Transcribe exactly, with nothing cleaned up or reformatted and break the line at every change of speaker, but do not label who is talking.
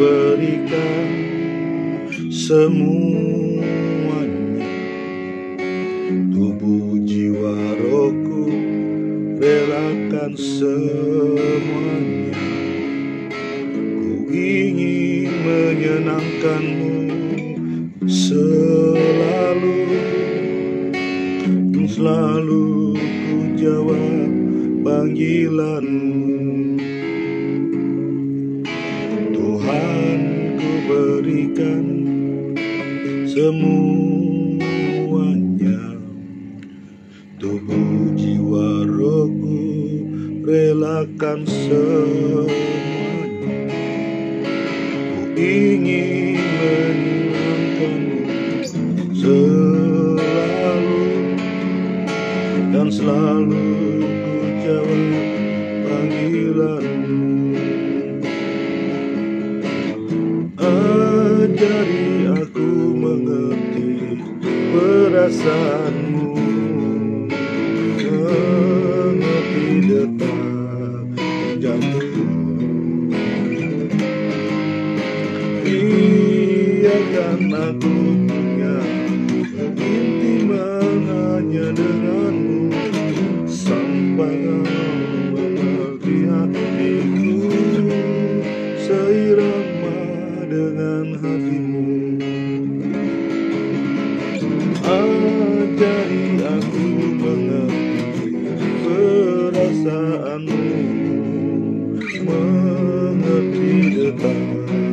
berikan semuanya, tubuh jiwa rohku relakan semuanya. Ku ingin menyenangkanmu selalu, selalu ku jawab panggilanmu. Tuhan, ku berikan semuanya, tubuh jiwa rohku relakan semuanya. Ku ingin menyenangkanmu selalu, dan selalu ku jawab panggilanmu. Ajari aku mengerti perasaanmu, mengerti detak jantung. Biarkan aku punya keintiman hanya denganmu, sampai kau mengerti hatiku seirama dengan hatimu. Ajari aku mengerti perasaanmu, mengerti detak